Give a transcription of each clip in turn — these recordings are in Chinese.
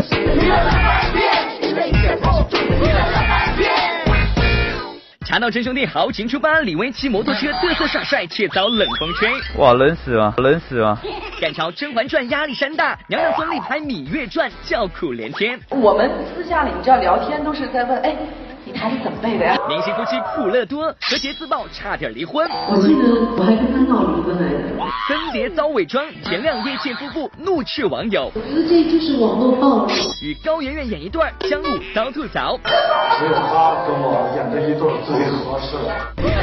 茶道真兄弟豪情出发，李维骑摩托车嘚瑟耍帅，却遭冷风吹。 哇，冷死了，冷死了！ 赶超《甄嬛传》压力山大，娘娘孙俪拍《芈月传》叫苦连天。 我们私下里你知道聊天都是在问，哎，你台词怎么背的呀？ 明星夫妻苦乐多，和谐自曝差点离婚。 我记得我还跟他闹离婚来着。 森碟遭伪装，田亮叶倩夫妇怒斥网友。 我觉得这就是网络暴力。 与高圆圆演一段，江武遭吐槽。 所以他跟我演这一对最合适了。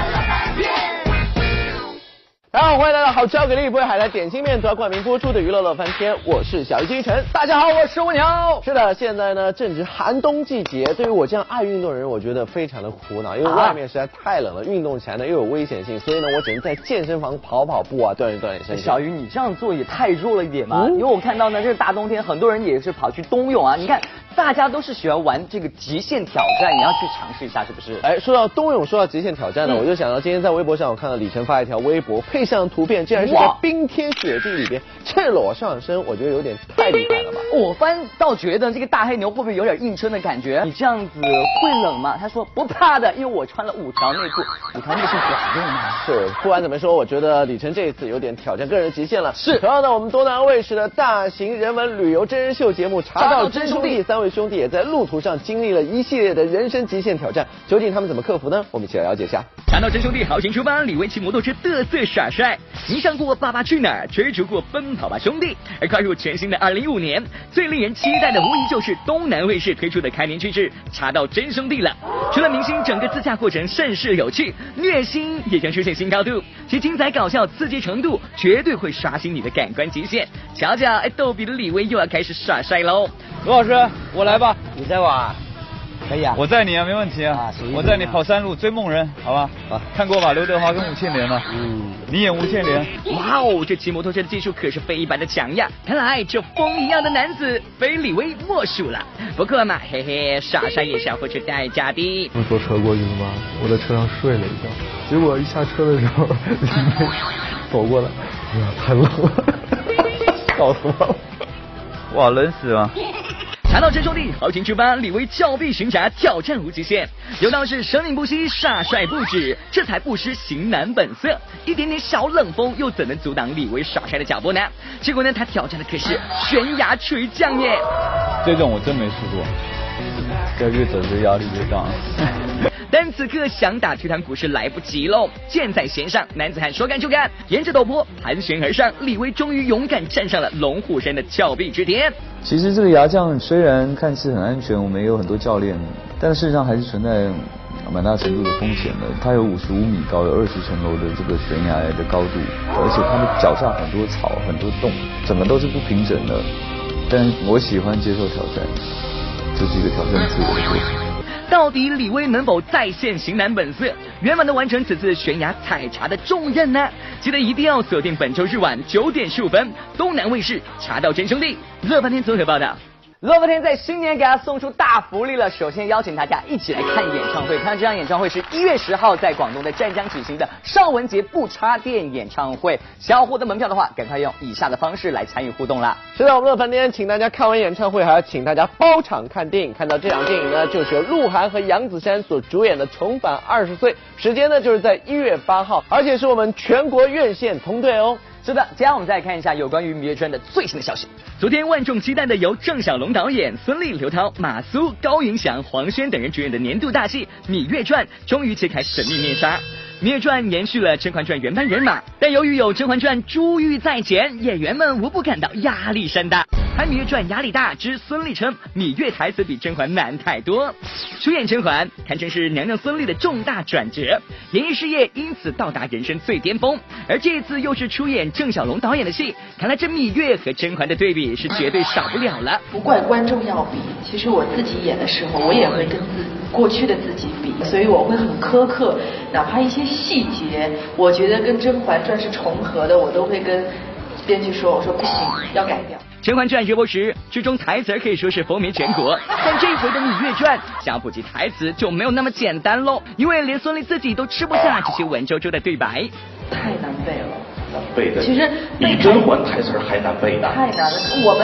大家好，欢迎来到好交给力不会海苔点心面团冠名播出的娱乐乐翻天，我是小鱼金晨。大家好，我是蜗牛。是的，现在呢正值寒冬季节，对于我这样爱运动的人，我觉得非常的苦恼，因为外面实在太冷了，运动起来呢又有危险性，所以呢我只能在健身房跑跑步啊，锻炼锻炼身体。 小鱼，你这样做也太弱了一点嘛！因为我看到呢，这个大冬天，很多人也是跑去冬泳啊。你看，大家都是喜欢玩这个极限挑战，你要去尝试一下，是不是？ 哎，说到冬泳，说到极限挑战呢，我就想到今天在微博上我看到李晨发一条微博，配上图片，竟然是在冰天雪地里边赤裸上身，我觉得有点太厉害了吧。 我反倒觉得这个大黑牛会不会有点硬撑的感觉？你这样子会冷吗？他说不怕的，因为我穿了5条内裤，5条内裤短用吗？ 是，不管怎么说，我觉得李晨这一次有点挑战个人极限了。 是， 同样的，我们多南卫视的大型人文旅游真人秀节目《茶道真兄弟》，3位兄弟也在路途上经历了一系列的人生极限挑战，究竟他们怎么克服呢？我们一起来了解一下。 茶道真兄弟豪情出发，李维骑摩托车嘚瑟耍帅，迷上过《爸爸去哪儿》，追逐过《奔跑吧兄弟》，而跨入全新的2015年，最令人期待的无疑就是东南卫视推出的开年趣事《茶道真兄弟》了。除了明星整个自驾过程甚是有趣，虐心也将出现新高度，其精彩搞笑刺激程度绝对会刷新你的感官极限。瞧瞧，逗比的李维又要开始耍帅喽！ 罗老师，我来吧。 你载我啊？可以啊， 我载你啊，没问题啊。我载你跑山路追梦人，好吧？啊，看过吧？刘德华跟吴倩莲吗？你演吴倩莲。 哇哦，这骑摩托车的技术可是非一般的强呀！看来这风一样的男子非李维莫属了。不过嘛，嘿嘿，耍帅也是要付出代价的。 我坐车过去的吗？我在车上睡了一觉，结果一下车的时候，李维走过来，哎呀，太冷了，搞死我了！ 哇，冷死了！ 茶道真兄弟豪情出发，李维峭壁巡查，挑战无极限。有道是生命不息，耍帅不止，这才不失型男本色。一点点小冷风又怎能阻挡李维耍帅的脚步呢？结果呢，他挑战的可是悬崖垂降耶！ 这种我真没试过，这越走就压力越大。 但此刻想打退堂鼓是来不及喽，箭在弦上，男子汉说干就干，沿着陡坡盘旋而上，李维终于勇敢站上了龙虎山的峭壁之巅。 其实这个崖降虽然看似很安全，我们也有很多教练，但事实上还是存在蛮大程度的风险的。它有55米高，有20层楼的这个悬崖的高度，而且它的脚下很多草、很多洞，整个都是不平整的。但我喜欢接受挑战，这是一个挑战自我的过程。 到底李维能否再现型男本色，圆满的完成此次悬崖采茶的重任呢？记得一定要锁定本周日晚9点15分，东南卫视《茶道真兄弟》乐翻天综合报道。 乐翻天在新年给大家送出大福利了，首先邀请大家一起来看演唱会。看这场演唱会是1月10号在广东的湛江举行的尚雯婕不插电演唱会，想要获得门票的话，赶快用以下的方式来参与互动啦。 是的，我们乐翻天请大家看完演唱会，还要请大家包场看电影。看到这场电影呢，就是由鹿晗和杨子姗所主演的《重返20岁》，时间呢就是在1月8号，而且是我们全国院线同队哦。 是的，接下来我们再来看一下有关于《芈月传》的最新的消息。 昨天万众期待的由郑晓龙导演、孙俪、刘涛、马苏、高云翔、黄轩等人主演的年度大戏《芈月传》终于揭开神秘面纱。《芈月传》延续了《甄嬛传》原班人马，但由于有《甄嬛传》珠玉在前，演员们无不感到压力山大。拍《芈月传》压力大之孙俪称芈月台词比甄嬛难太多。出演甄嬛堪称是娘娘孙俪的重大转折，演艺事业因此到达人生最巅峰。而这一次又是出演郑晓龙导演的戏，看来这芈月和甄嬛的对比是绝对少不了了。 不怪观众要比，其实我自己演的时候，我也会跟过去的自己比，所以我会很苛刻，哪怕一些细节，我觉得跟《甄嬛传》是重合的，我都会跟编剧说，我说不行，要改掉。 《甄嬛传》热播时，剧中台词可以说是风靡全国，但这一回的《芈月传》想要普及台词就没有那么简单喽，因为连孙俪自己都吃不下这些文绉绉的对白， 太难背了。 背的， 其实比甄嬛台词还难背的， 太难了。我们私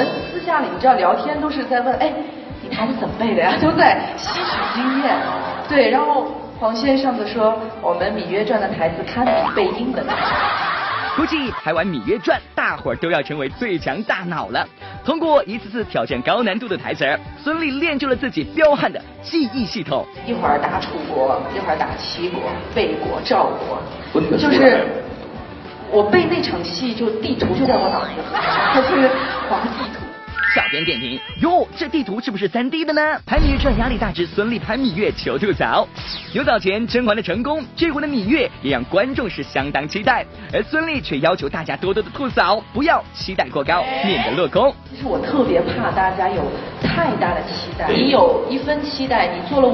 下里你知道聊天都是在问，哎，你台词怎么背的呀？都在吸取经验。对，然后黄轩上次说我们《芈月传》的台词堪比背英文。 估计拍完《芈月传》，大伙儿都要成为最强大脑了。通过一次次挑战高难度的台词儿，孙俪练就了自己彪悍的记忆系统。 一会儿打楚国，一会儿打齐国、魏国、赵国，就是我背那场戏，就地图就在我脑子里，它就是滑地图。 小编点评：哟，这地图是不是3D 的呢？拍《芈月传》压力大之孙俪拍芈月求吐槽。有早前甄嬛的成功，这回的芈月也让观众是相当期待，而孙俪却要求大家多多的吐槽，不要期待过高，免得落空。 其实我特别怕大家有太大的期待，你有1分期待，你做了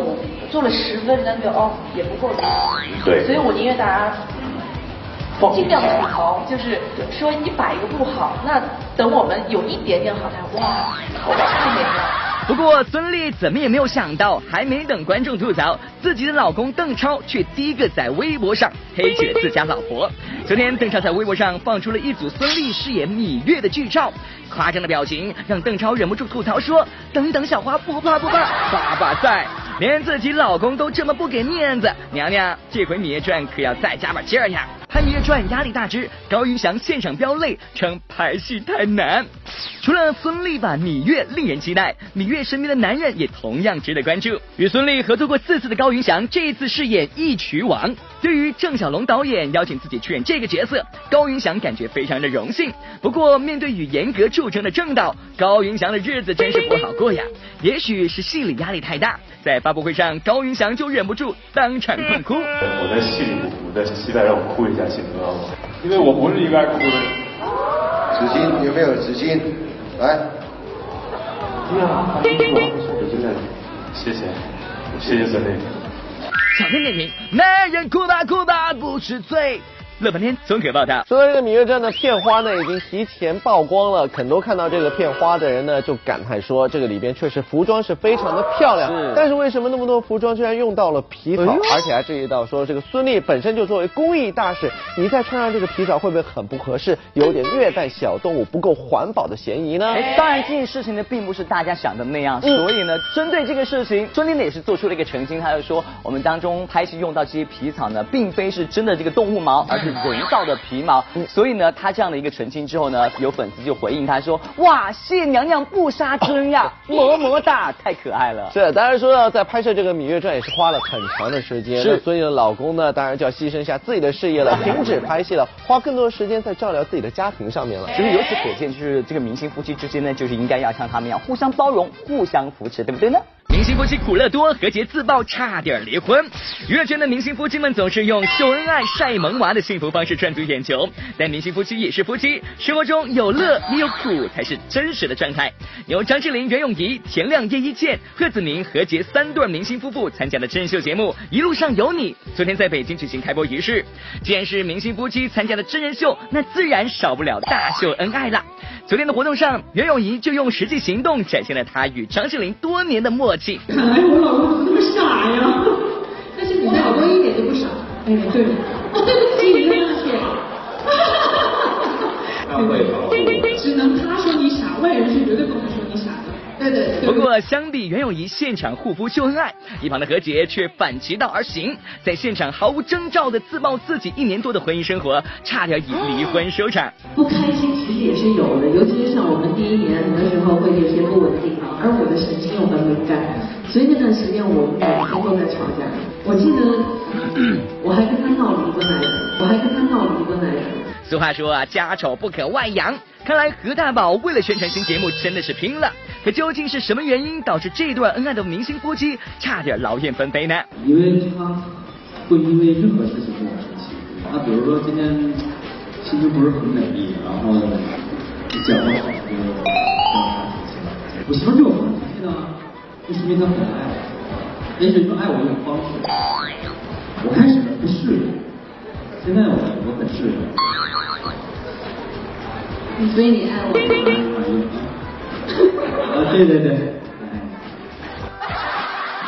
10分，人家觉得哦也不够对， 所以我宁愿大家尽量吐槽，就是说100个不好，那等我们有一点点好看，哇，好吧，太美了。 不过孙俪怎么也没有想到，还没等观众吐槽，自己的老公邓超却第一个在微博上黑起了自家老婆。昨天邓超在微博上放出了一组孙俪饰演芈月的剧照，夸张的表情让邓超忍不住吐槽说：“等等小花不怕，爸爸在。”连自己老公都这么不给面子，娘娘这回《芈月传》可要再加把劲儿呀！拍《芈月传》压力大之高云翔现场飙泪，称拍戏太难。除了孙俪版芈月令人期待，芈月身边的男人也同样值得关注。与孙俪合作过4次的高云翔，这一次饰演义渠王。对于郑晓龙导演邀请自己去演这个角色，高云翔感觉非常的荣幸。不过面对与严格著称的郑导，高云翔的日子真是不好过呀。也许是戏里压力太大，在发布会上，高云翔就忍不住当场痛哭。 我在戏里不哭，但是期待让我哭一下行不吗？因为我不是一个爱哭的人。 纸巾有没有纸巾？来。 对啊，他就是我手纸巾在。谢谢孙俪。 小编点评：男人哭吧哭吧不吃罪。乐半天综合报道。 说到这个《芈月传》的片花呢，已经提前曝光了。很多看到这个片花的人呢，就感叹说，这个里边确实服装是非常的漂亮。但是为什么那么多服装居然用到了皮草，而且还注意到说，这个孙俪本身就作为公益大使，你再穿上这个皮草会不会很不合适，有点虐待小动物、不够环保的嫌疑呢？ 当然，这件事情呢，并不是大家想的那样。所以呢，针对这个事情，孙俪呢也是做出了一个澄清，他就说，我们当中拍戏用到这些皮草呢，并非是真的这个动物毛，而是人造的皮毛。所以呢，他这样的一个澄清之后呢，有粉丝就回应他说：“哇，谢娘娘不杀之呀，么么哒，太可爱了。” 是，当然说到在拍摄这个《芈月传》也是花了很长的时间。是，孙俪的老公呢，当然就要牺牲下自己的事业了，停止拍戏了，花更多的时间在照料自己的家庭上面了。 其实由此可见，就是这个明星夫妻之间呢，就是应该要像他们一样互相包容、互相扶持，对不对呢？ 明星夫妻苦乐多和解自曝差点离婚，娱乐圈的明星夫妻们总是用秀恩爱、晒萌娃的幸福方式赚足眼球，但明星夫妻也是夫妻，生活中有乐也有苦才是真实的状态。由张智霖、袁咏仪、田亮、叶一茜、贺子宁和解3对明星夫妇参加的真人秀节目《一路上有你》，昨天在北京举行开播仪式。既然是明星夫妻参加的真人秀，那自然少不了大秀恩爱啦。昨天的活动上，袁咏仪就用实际行动展现了她与张智霖多年的默契。 看来我老公这么傻呀，但是你老公一点都不傻。哎，对，哦，对不起，对不起。只能他说你傻，外人是绝对不能说你傻的。对。 不过相比袁咏仪现场护肤秀恩爱，一旁的何洁却反其道而行，在现场毫无征兆的自曝自己1年多的婚姻生活，差点以离婚收场。 不开心其实也是有的，尤其是像我们第1年的时候会有些不稳定啊，而我的神经又很敏感，所以那段时间我们每天都在吵架。我记得我还跟他闹离婚来着。 俗话说啊，家丑不可外扬。看来何大宝为了宣传新节目真的是拼了。可究竟是什么原因导致这段恩爱的明星夫妻差点劳燕分飞呢？ 因为他会因为任何事情跟我生气。他比如说今天心情不是很美丽，然后讲不好就让他生气。我媳妇对我发脾气呢，就是因为她很爱我，也许是爱我这种方式。我开始不适应，现在我很适应。 所以你爱我吗？ 对。 明星夫妻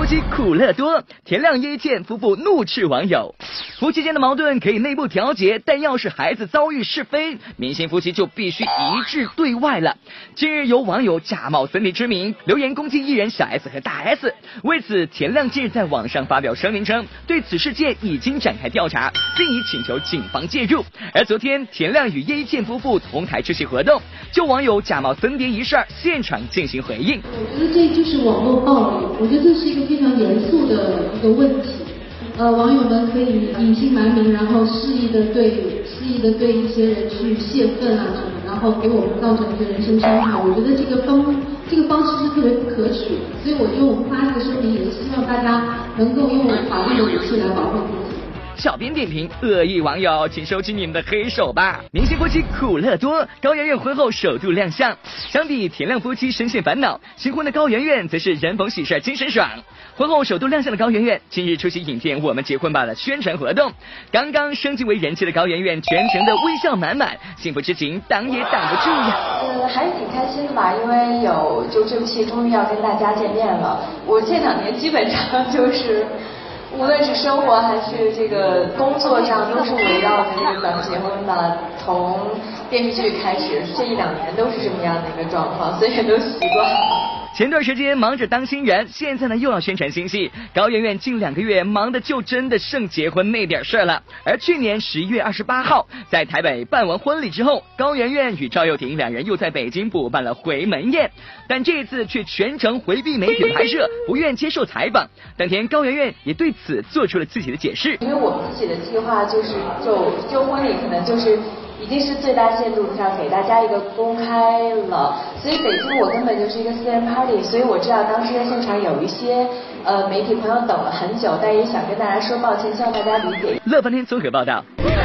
妻苦乐多，田亮叶一茜夫妇怒斥网友。夫妻间的矛盾可以内部调节，但要是孩子遭遇是非，明星夫妻就必须一致对外了。近日有网友假冒森迪之名留言攻击艺人小 S 和大 S， 为此田亮近日在网上发表声明称，对此事件已经展开调查，并已请求警方介入。而昨天田亮与叶一茜夫妇同台出席活动，就网友假冒森迪一事现场进行回应。 我觉得这就是网络暴力，我觉得这是一个非常严肃的一个问题。网友们可以隐姓埋名，然后肆意的对一些人去泄愤啊什么，然后给我们造成一个人身伤害。我觉得这个方式是特别不可取的，所以我就发这个声明，也是希望大家能够用法律的武器来保护自己。 小编点评：恶意网友，请收起你们的黑手吧！明星夫妻苦乐多，高圆圆婚后首度亮相。相比田亮夫妻深陷烦恼，新婚的高圆圆则是人逢喜事精神爽。婚后首度亮相的高圆圆，近日出席影片《我们结婚吧》的宣传活动。刚刚升级为人妻的高圆圆，全程的微笑满满，幸福之情挡也挡不住呀。 还是挺开心的吧，因为就这部戏终于要跟大家见面了。我这2年基本上就是。无论是生活还是这个工作上，都是围绕着这个咱们结婚吧。从电视剧开始，这1-2年都是这么样的一个状况，所以也都习惯了。 前段时间忙着当新人，现在呢又要宣传新戏。高圆圆近2个月忙的就真的剩结婚那点事儿了。而去年11月28号，在台北办完婚礼之后，高圆圆与赵又廷2人又在北京补办了回门宴，但这次却全程回避媒体拍摄，不愿接受采访。当天高圆圆也对此做出了自己的解释。 因为我们自己的计划就婚礼可能就是已经是最大限度上给大家一个公开了，所以北京我根本就是一个私人 party， 所以我知道当时在现场有一些媒体朋友等了很久，但也想跟大家说抱歉，希望大家理解。 乐翻天综合报道。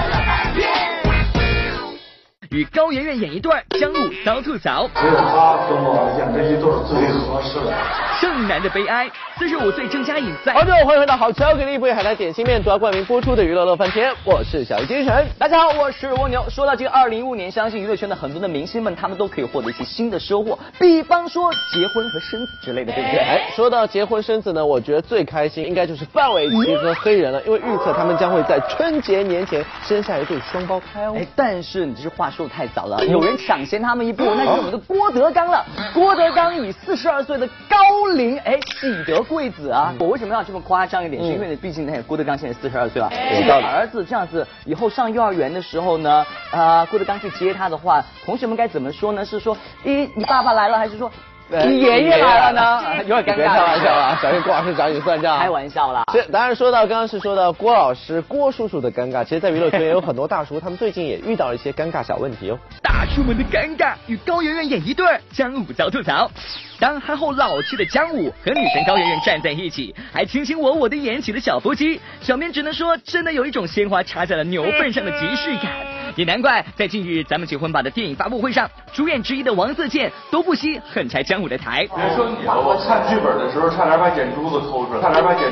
与高圆圆演一段，姜武遭吐槽。 只有他跟我演这一对最合适了。 剩男的悲哀，45岁郑嘉颖在。 好久欢迎回到好巧给力不海苔点心面独家冠名播出的娱乐乐翻天，我是小鱼精神。 大家好，我是蜗牛。说到这个2015年，相信娱乐圈的很多的明星们，他们都可以获得一些新的收获，比方说结婚和生子之类的，对不对？ 说到结婚生子呢，我觉得最开心应该就是范玮琪和黑人了，因为预测他们将会在春节年前生下一对双胞胎哦。 但是你这话说太早了，有人抢先他们一步，那就是我们的郭德纲了。郭德纲以42岁的高龄，喜得贵子啊！我为什么要这么夸张一点？是因为毕竟郭德纲现在42岁了，这个儿子这样子以后上幼儿园的时候呢，郭德纲去接他的话，同学们该怎么说呢？是说，你爸爸来了，还是说？你爷爷来了呢，有点尴尬。开玩笑啦，小心郭老师找你算账。 开玩笑啦。 是，当然刚刚是说到郭老师、郭叔叔的尴尬，其实，在娱乐圈也有很多大叔，他们最近也遇到了一些尴尬小问题哦。 大叔们的尴尬与高圆圆演一对，姜武遭吐槽。当憨厚老气的姜武和女神高圆圆站在一起，还卿卿我我的演起了小夫妻，小编只能说，真的有一种鲜花插在了牛粪上的即视感。也难怪在近日咱们结婚吧的电影发布会上，主演之一的王自健都不惜狠拆姜武的台。 别说你了，我看剧本的时候差点把眼珠子抠出来，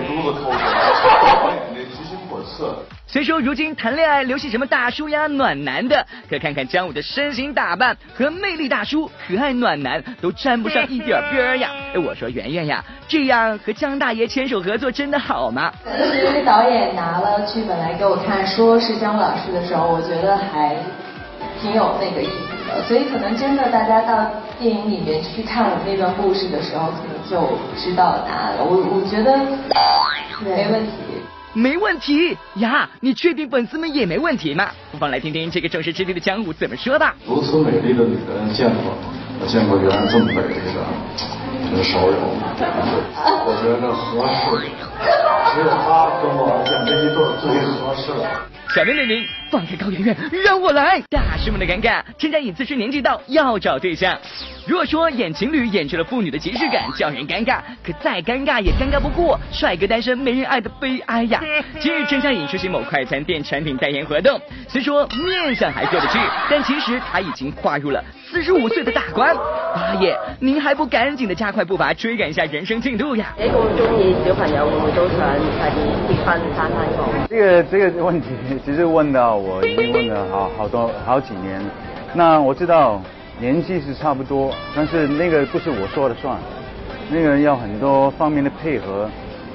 居心叵测。 虽说如今谈恋爱流行什么大叔呀、暖男的，可看看姜武的身形打扮和魅力大叔、可爱暖男都沾不上一点边儿呀。我说圆圆呀，这样和姜大爷牵手合作真的好吗？ 其实导演拿了剧本来给我看，说是姜武老师的时候，我觉得还挺有那个意思的，所以可能真的大家到电影里面去看我们那段故事的时候，可能就知道答案了。我觉得没问题。 没问题呀，你确定粉丝们也没问题吗？不妨来听听这个正式之地的姜武怎么说吧。 如此美丽的女人见过，我见过圆圆这么美丽的，真少有。我觉得合适，只有她跟我演这一对最合适了。 小编点评：放开高圆圆，让我来！大师们的尴尬，郑嘉颖自知年纪到，要找对象。如果说演情侣演出了父女的即视感，叫人尴尬，可再尴尬也尴尬不过帅哥单身没人爱的悲哀呀。近日郑嘉颖出席某快餐店产品代言活动，虽说面相还过得去，但其实他已经跨入了45岁的大关。八爷，您还不赶紧的加快步伐，追赶一下人生进度呀？ 咁中意小朋友，會唔會都想快啲結婚生個？ 這個問題其實問到我已經問了好幾年，那我知道年紀是差不多，但是那個不是我說了算，那個要很多方面的配合，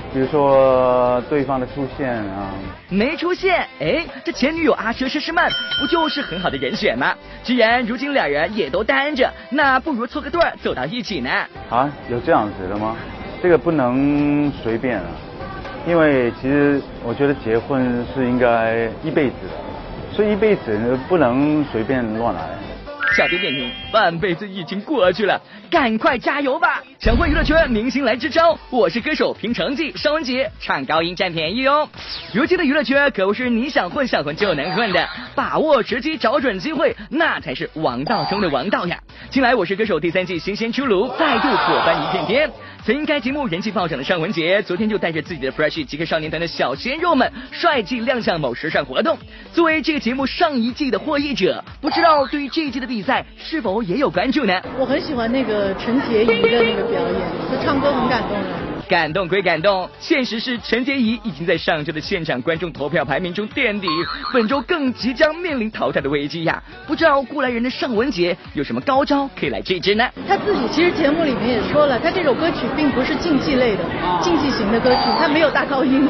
比如说对方的出现啊， 没出现，哎，这前女友阿佘佘诗曼不就是很好的人选吗？既然如今俩人也都单着，那不如凑个对儿走到一起呢。 啊，有这样子的吗？这个不能随便啊，因为其实我觉得结婚是应该一辈子的，所以一辈子不能随便乱来。 小编点评：半辈子已经过去了，赶快加油吧！想混娱乐圈，明星来支招。我是歌手，凭成绩，尚雯婕唱高音占便宜哦。如今的娱乐圈可不是你想混就能混的，把握时机，找准机会，那才是王道中的王道呀。近来《我是歌手》第3季新鲜出炉，再度火翻一片天。曾因该节目人气暴涨的尚雯婕，昨天就带着自己的 Fresh 极客少年团的小鲜肉们，帅气亮相某时尚活动。作为这个节目上一季的获益者，不知道对于这一季的比赛是否也有关注呢？ 我很喜欢那个陈洁仪的那个表演，她唱歌很感动人。 感动归感动，现实是陈洁仪已经在上周的现场观众投票排名中垫底，本周更即将面临淘汰的危机呀！不知道过来人的尚雯婕有什么高招可以来治之呢？ 他自己其实节目里面也说了，他这首歌曲并不是竞技类的，竞技型的歌曲，他没有大高音。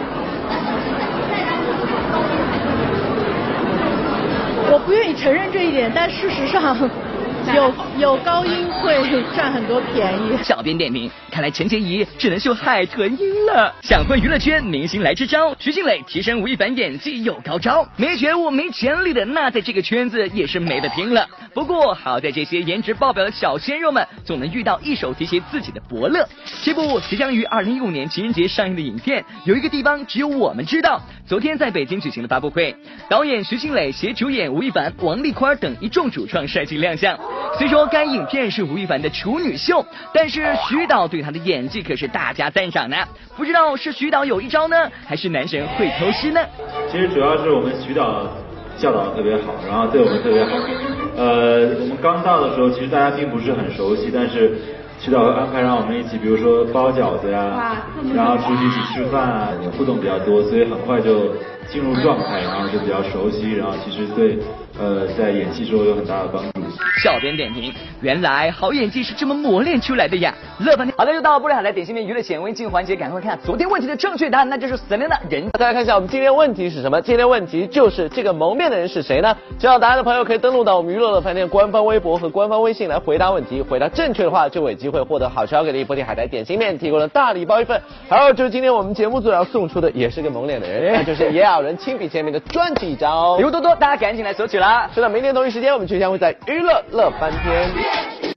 我不愿意承认这一点，但事实上有高音会占很多便宜。 小编点评：看来陈洁仪只能秀海豚音了。想混娱乐圈，明星来支招。徐静蕾提升吴亦凡演技有高招，没觉悟没潜力的，那在这个圈子也是没得拼了。不过好在这些颜值爆表的小鲜肉们，总能遇到一手提携自己的伯乐。这部即将于2015年情人节上映的影片，有一个地方只有我们知道。昨天在北京举行了发布会，导演徐静蕾携主演吴亦凡、王丽宽等一众主创帅气亮相。虽说该影片是吴亦凡的处女秀，但是徐导对他的演技可是大加赞赏呢。不知道是徐导有一招呢，还是男神会偷师呢？ 其实主要是我们徐导教导的特别好，然后对我们特别好。我们刚到的时候，其实大家并不是很熟悉，但是徐导会安排让我们一起，比如说包饺子呀，然后出去一起吃饭啊，互动比较多，所以很快就进入状态，然后就比较熟悉，然后其实对在演戏时候有很大的帮助。 小编点评：原来好演技是这么磨练出来的呀！乐翻天。好的，又到了玻璃海苔点心面娱乐显微镜环节，赶快看昨天问题的正确答案，那就是怎样的人。 再来看一下我们今天问题是什么？今天问题就是这个蒙面的人是谁呢？知道答案的朋友可以登录到我们娱乐乐饭店官方微博和官方微信来回答问题，回答正确的话就有机会获得好吃给力玻璃海苔点心面提供的大礼包一份。还有就是今天我们节目组要送出的也是个蒙脸的人，那就是炎亚纶亲笔签名的专辑一张， 礼物多多，大家赶紧来索取啦！ 是的，明天同一时间我们就将会在娱乐乐翻天。